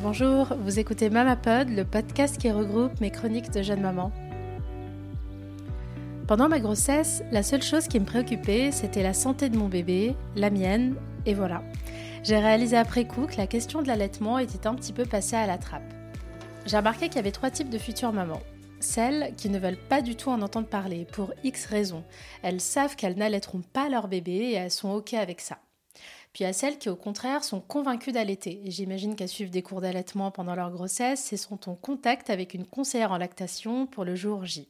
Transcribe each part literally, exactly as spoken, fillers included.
Bonjour, vous écoutez Mamapod, le podcast qui regroupe mes chroniques de jeune maman. Pendant ma grossesse, la seule chose qui me préoccupait, c'était la santé de mon bébé, la mienne, et voilà. J'ai réalisé après coup que la question de l'allaitement était un petit peu passée à la trappe. J'ai remarqué qu'il y avait trois types de futures mamans. Celles qui ne veulent pas du tout en entendre parler, pour X raisons. Elles savent qu'elles n'allaiteront pas leur bébé et elles sont OK avec ça. Puis il y a celles qui, au contraire, sont convaincues d'allaiter. Et j'imagine qu'elles suivent des cours d'allaitement pendant leur grossesse et sont en contact avec une conseillère en lactation pour le jour J.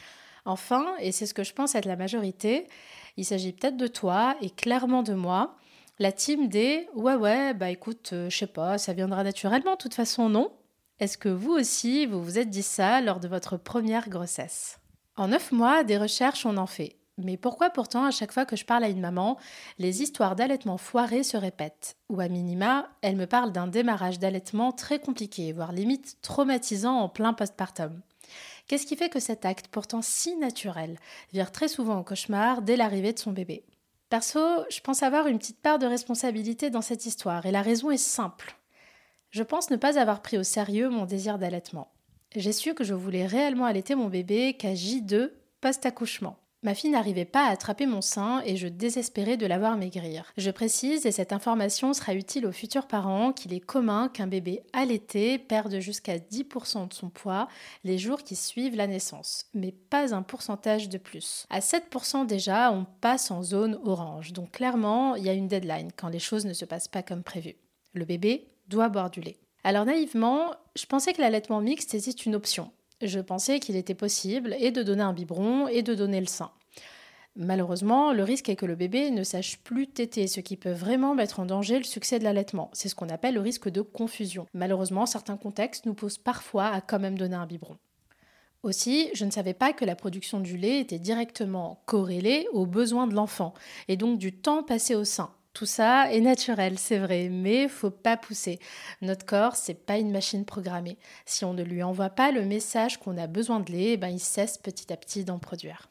Enfin, et c'est ce que je pense être la majorité, il s'agit peut-être de toi et clairement de moi, la team des « ouais, ouais, bah écoute, euh, je sais pas, ça viendra naturellement, de toute façon, non ?» Est-ce que vous aussi, vous vous êtes dit ça lors de votre première grossesse ? En neuf mois, des recherches on en fait. Mais pourquoi pourtant, à chaque fois que je parle à une maman, les histoires d'allaitement foiré se répètent ? Ou à minima, elle me parle d'un démarrage d'allaitement très compliqué, voire limite traumatisant en plein postpartum. Qu'est-ce qui fait que cet acte, pourtant si naturel, vire très souvent au cauchemar dès l'arrivée de son bébé ? Perso, je pense avoir une petite part de responsabilité dans cette histoire, et la raison est simple. Je pense ne pas avoir pris au sérieux mon désir d'allaitement. J'ai su que je voulais réellement allaiter mon bébé qu'à J deux, post-accouchement. Ma fille n'arrivait pas à attraper mon sein et je désespérais de la voir maigrir. Je précise, et cette information sera utile aux futurs parents, qu'il est commun qu'un bébé allaité perde jusqu'à dix pour cent de son poids les jours qui suivent la naissance, mais pas un pourcentage de plus. À sept pour cent déjà, on passe en zone orange, donc clairement, il y a une deadline quand les choses ne se passent pas comme prévu. Le bébé doit boire du lait. Alors naïvement, je pensais que l'allaitement mixte était une option. Je pensais qu'il était possible et de donner un biberon et de donner le sein. Malheureusement, le risque est que le bébé ne sache plus téter, ce qui peut vraiment mettre en danger le succès de l'allaitement. C'est ce qu'on appelle le risque de confusion. Malheureusement, certains contextes nous poussent parfois à quand même donner un biberon. Aussi, je ne savais pas que la production du lait était directement corrélée aux besoins de l'enfant, et donc du temps passé au sein. Tout ça est naturel, c'est vrai, mais faut pas pousser. Notre corps, c'est pas une machine programmée. Si on ne lui envoie pas le message qu'on a besoin de lait, ben il cesse petit à petit d'en produire.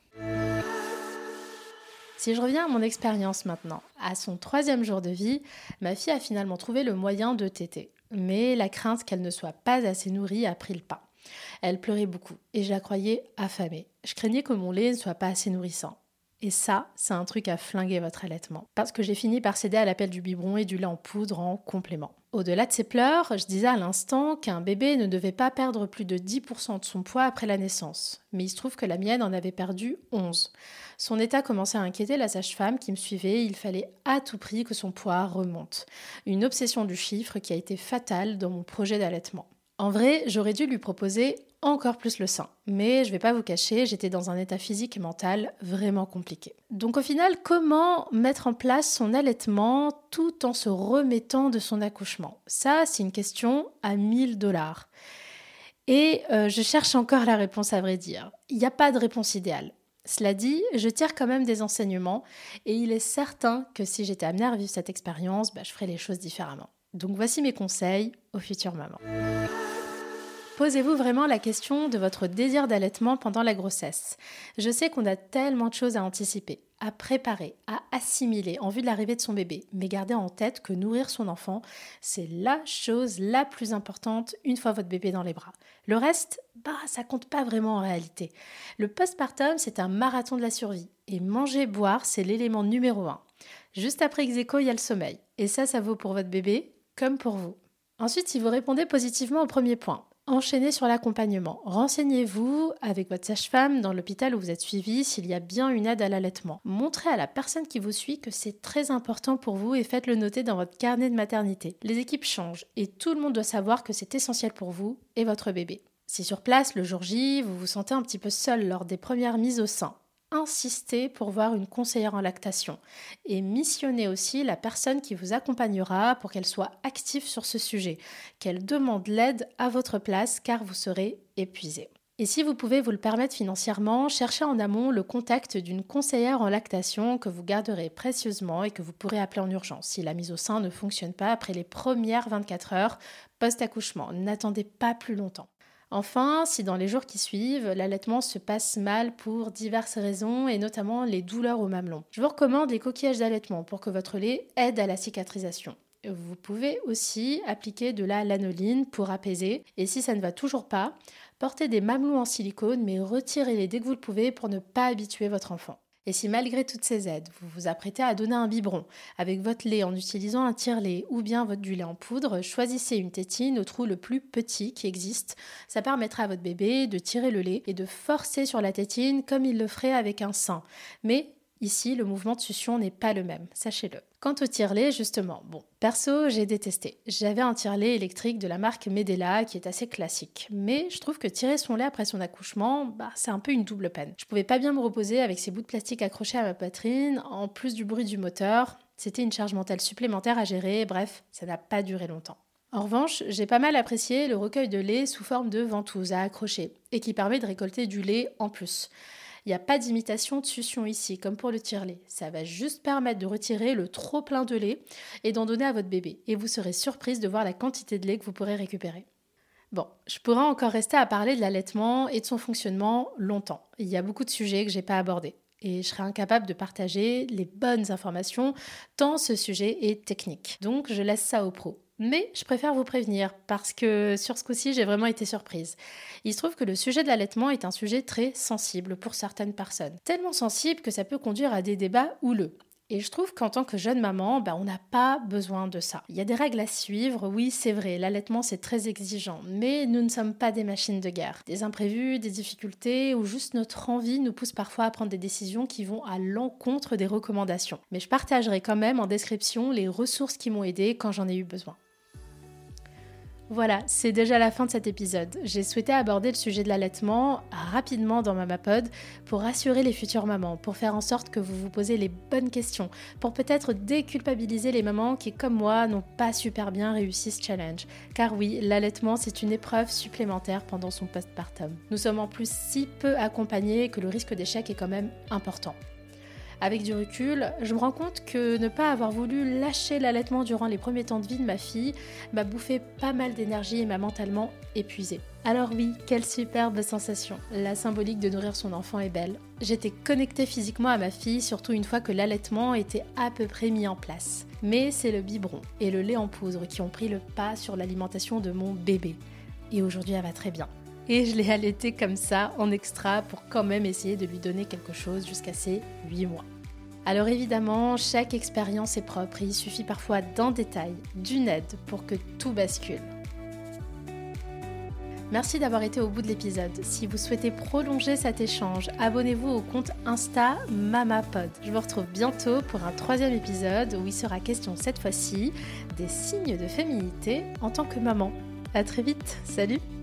Si je reviens à mon expérience maintenant, à son troisième jour de vie, ma fille a finalement trouvé le moyen de téter. Mais la crainte qu'elle ne soit pas assez nourrie a pris le pas. Elle pleurait beaucoup et je la croyais affamée. Je craignais que mon lait ne soit pas assez nourrissant. Et ça, c'est un truc à flinguer votre allaitement. Parce que j'ai fini par céder à l'appel du biberon et du lait en poudre en complément. Au-delà de ses pleurs, je disais à l'instant qu'un bébé ne devait pas perdre plus de dix pour cent de son poids après la naissance. Mais il se trouve que la mienne en avait perdu onze. Son état commençait à inquiéter la sage-femme qui me suivait. Il fallait à tout prix que son poids remonte. Une obsession du chiffre qui a été fatale dans mon projet d'allaitement. En vrai, j'aurais dû lui proposer encore plus le sein. Mais je vais pas vous cacher, j'étais dans un état physique et mental vraiment compliqué. Donc au final, comment mettre en place son allaitement tout en se remettant de son accouchement ? Ça, c'est une question à mille dollars. Et euh, je cherche encore la réponse à vrai dire. Il n'y a pas de réponse idéale. Cela dit, je tire quand même des enseignements et il est certain que si j'étais amenée à revivre cette expérience, bah, je ferais les choses différemment. Donc voici mes conseils aux futures mamans. Posez-vous vraiment la question de votre désir d'allaitement pendant la grossesse. Je sais qu'on a tellement de choses à anticiper, à préparer, à assimiler en vue de l'arrivée de son bébé, mais gardez en tête que nourrir son enfant, c'est la chose la plus importante une fois votre bébé dans les bras. Le reste, bah, ça compte pas vraiment en réalité. Le postpartum, c'est un marathon de la survie, et manger, boire, c'est l'élément numéro un. Juste après ex aequo, il y a le sommeil, et ça, ça vaut pour votre bébé comme pour vous. Ensuite, si vous répondez positivement au premier point, enchaînez sur l'accompagnement. Renseignez-vous avec votre sage-femme dans l'hôpital où vous êtes suivi s'il y a bien une aide à l'allaitement. Montrez à la personne qui vous suit que c'est très important pour vous et faites-le noter dans votre carnet de maternité. Les équipes changent et tout le monde doit savoir que c'est essentiel pour vous et votre bébé. Si sur place, le jour J, vous vous sentez un petit peu seul lors des premières mises au sein, insistez pour voir une conseillère en lactation et missionnez aussi la personne qui vous accompagnera pour qu'elle soit active sur ce sujet, qu'elle demande l'aide à votre place car vous serez épuisé. Et si vous pouvez vous le permettre financièrement, cherchez en amont le contact d'une conseillère en lactation que vous garderez précieusement et que vous pourrez appeler en urgence si la mise au sein ne fonctionne pas après les premières vingt-quatre heures post-accouchement. N'attendez pas plus longtemps. Enfin, si dans les jours qui suivent, l'allaitement se passe mal pour diverses raisons et notamment les douleurs au mamelon, je vous recommande les coquillages d'allaitement pour que votre lait aide à la cicatrisation. Vous pouvez aussi appliquer de la lanoline pour apaiser. Et si ça ne va toujours pas, portez des mamelons en silicone, mais retirez-les dès que vous le pouvez pour ne pas habituer votre enfant. Et si malgré toutes ces aides, vous vous apprêtez à donner un biberon avec votre lait en utilisant un tire-lait ou bien votre du lait en poudre, choisissez une tétine au trou le plus petit qui existe. Ça permettra à votre bébé de tirer le lait et de forcer sur la tétine comme il le ferait avec un sein. Mais ici, le mouvement de succion n'est pas le même, sachez-le. Quant au tire-lait, justement, bon, perso, j'ai détesté. J'avais un tire-lait électrique de la marque Medela qui est assez classique. Mais je trouve que tirer son lait après son accouchement, bah, c'est un peu une double peine. Je pouvais pas bien me reposer avec ces bouts de plastique accrochés à ma poitrine, en plus du bruit du moteur. C'était une charge mentale supplémentaire à gérer, bref, ça n'a pas duré longtemps. En revanche, j'ai pas mal apprécié le recueil de lait sous forme de ventouse à accrocher et qui permet de récolter du lait en plus. Il n'y a pas d'imitation de succion ici, comme pour le tire-lait. Ça va juste permettre de retirer le trop plein de lait et d'en donner à votre bébé. Et vous serez surprise de voir la quantité de lait que vous pourrez récupérer. Bon, je pourrais encore rester à parler de l'allaitement et de son fonctionnement longtemps. Il y a beaucoup de sujets que je n'ai pas abordés. Et je serai incapable de partager les bonnes informations, tant ce sujet est technique. Donc je laisse ça aux pros. Mais je préfère vous prévenir parce que sur ce coup-ci, j'ai vraiment été surprise. Il se trouve que le sujet de l'allaitement est un sujet très sensible pour certaines personnes. Tellement sensible que ça peut conduire à des débats houleux. Et je trouve qu'en tant que jeune maman, bah, on n'a pas besoin de ça. Il y a des règles à suivre, oui c'est vrai, l'allaitement c'est très exigeant, mais nous ne sommes pas des machines de guerre. Des imprévus, des difficultés ou juste notre envie nous pousse parfois à prendre des décisions qui vont à l'encontre des recommandations. Mais je partagerai quand même en description les ressources qui m'ont aidée quand j'en ai eu besoin. Voilà, c'est déjà la fin de cet épisode. J'ai souhaité aborder le sujet de l'allaitement rapidement dans Mamapod pour rassurer les futures mamans, pour faire en sorte que vous vous posez les bonnes questions, pour peut-être déculpabiliser les mamans qui, comme moi, n'ont pas super bien réussi ce challenge. Car oui, l'allaitement, c'est une épreuve supplémentaire pendant son postpartum. Nous sommes en plus si peu accompagnés que le risque d'échec est quand même important. Avec du recul, je me rends compte que ne pas avoir voulu lâcher l'allaitement durant les premiers temps de vie de ma fille m'a bouffé pas mal d'énergie et m'a mentalement épuisée. Alors oui, quelle superbe sensation. La symbolique de nourrir son enfant est belle. J'étais connectée physiquement à ma fille, surtout une fois que l'allaitement était à peu près mis en place. Mais c'est le biberon et le lait en poudre qui ont pris le pas sur l'alimentation de mon bébé. Et aujourd'hui, elle va très bien. Et je l'ai allaitée comme ça, en extra, pour quand même essayer de lui donner quelque chose jusqu'à ses huit mois. Alors évidemment, chaque expérience est propre et il suffit parfois d'un détail, d'une aide pour que tout bascule. Merci d'avoir été au bout de l'épisode. Si vous souhaitez prolonger cet échange, abonnez-vous au compte Insta Mamapod. Je vous retrouve bientôt pour un troisième épisode où il sera question cette fois-ci des signes de féminité en tant que maman. À très vite, salut!